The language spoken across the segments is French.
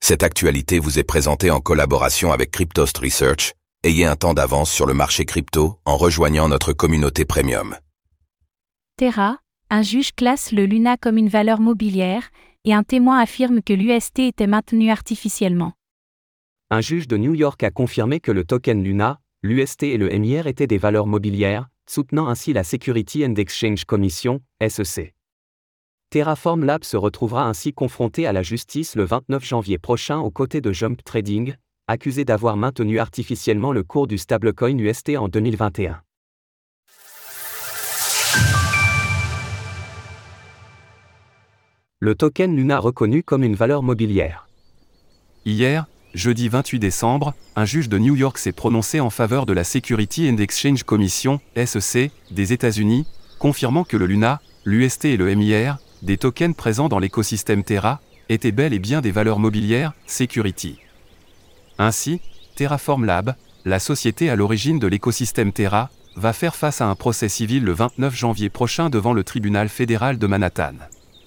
Cette actualité vous est présentée en collaboration avec Cryptost Research. Ayez un temps d'avance sur le marché crypto en rejoignant notre communauté premium. Terra, un juge classe le Luna comme une valeur mobilière, et un témoin affirme que l'UST était maintenu artificiellement. Un juge de New York a confirmé que le token Luna, l'UST et le MIR étaient des valeurs mobilières, soutenant ainsi la Security and Exchange Commission, SEC. Terraform Labs se retrouvera ainsi confronté à la justice le 29 janvier prochain aux côtés de Jump Trading, accusé d'avoir maintenu artificiellement le cours du stablecoin UST en 2021. Le token Luna reconnu comme une valeur mobilière. Hier, jeudi 28 décembre, un juge de New York s'est prononcé en faveur de la Security and Exchange Commission, SEC, des États-Unis, confirmant que le Luna, l'UST et le MIR, des tokens présents dans l'écosystème Terra, étaient bel et bien des valeurs mobilières, security. Ainsi, Terraform Labs, la société à l'origine de l'écosystème Terra, va faire face à un procès civil le 29 janvier prochain devant le tribunal fédéral de Manhattan.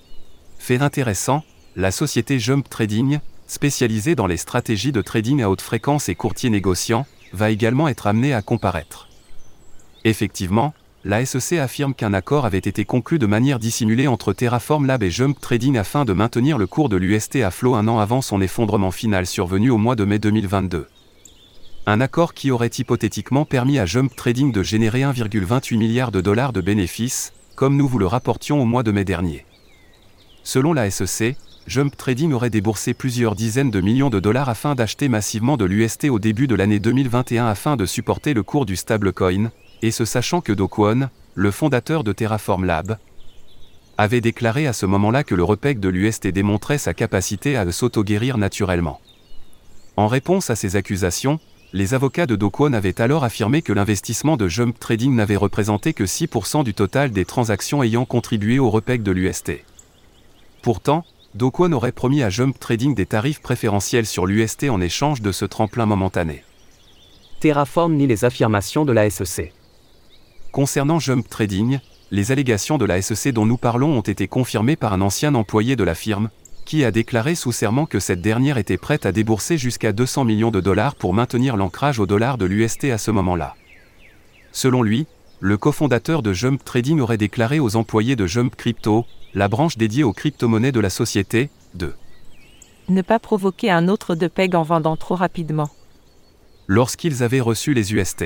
Fait intéressant, la société Jump Trading, spécialisée dans les stratégies de trading à haute fréquence et courtier négociant, va également être amenée à comparaître. Effectivement, la SEC affirme qu'un accord avait été conclu de manière dissimulée entre Terraform Labs et Jump Trading afin de maintenir le cours de l'UST à flot un an avant son effondrement final survenu au mois de mai 2022. Un accord qui aurait hypothétiquement permis à Jump Trading de générer 1,28 milliard de dollars de bénéfices, comme nous vous le rapportions au mois de mai dernier. Selon la SEC, Jump Trading aurait déboursé plusieurs dizaines de millions de dollars afin d'acheter massivement de l'UST au début de l'année 2021 afin de supporter le cours du stablecoin, et ce sachant que Do Kwon, le fondateur de Terraform Labs, avait déclaré à ce moment-là que le repeg de l'UST démontrait sa capacité à s'auto-guérir naturellement. En réponse à ces accusations, les avocats de Do Kwon avaient alors affirmé que l'investissement de Jump Trading n'avait représenté que 6% du total des transactions ayant contribué au repeg de l'UST. Pourtant, Do Kwon aurait promis à Jump Trading des tarifs préférentiels sur l'UST en échange de ce tremplin momentané. Terraform nie les affirmations de la SEC. Concernant Jump Trading, les allégations de la SEC dont nous parlons ont été confirmées par un ancien employé de la firme, qui a déclaré sous serment que cette dernière était prête à débourser jusqu'à 200 millions de dollars pour maintenir l'ancrage au dollar de l'UST à ce moment-là. Selon lui, le cofondateur de Jump Trading aurait déclaré aux employés de Jump Crypto, la branche dédiée aux crypto-monnaies de la société, de ne pas provoquer un autre depeg en vendant trop rapidement. Lorsqu'ils avaient reçu les UST.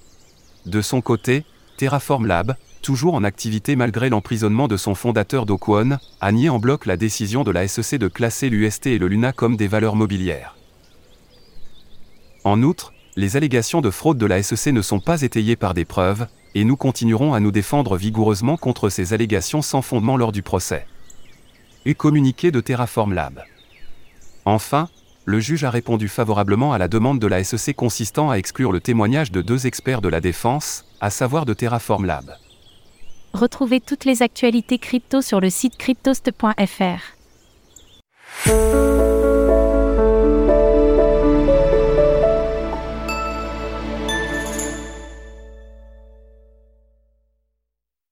De son côté, Terraform Labs, toujours en activité malgré l'emprisonnement de son fondateur Do Kwon, a nié en bloc la décision de la SEC de classer l'UST et le Luna comme des valeurs mobilières. En outre, les allégations de fraude de la SEC ne sont pas étayées par des preuves, et nous continuerons à nous défendre vigoureusement contre ces allégations sans fondement lors du procès. Communiqué de Terraform Labs. Enfin, le juge a répondu favorablement à la demande de la SEC consistant à exclure le témoignage de 2 experts de la défense, à savoir de Terraform Labs. Retrouvez toutes les actualités crypto sur le site cryptost.fr.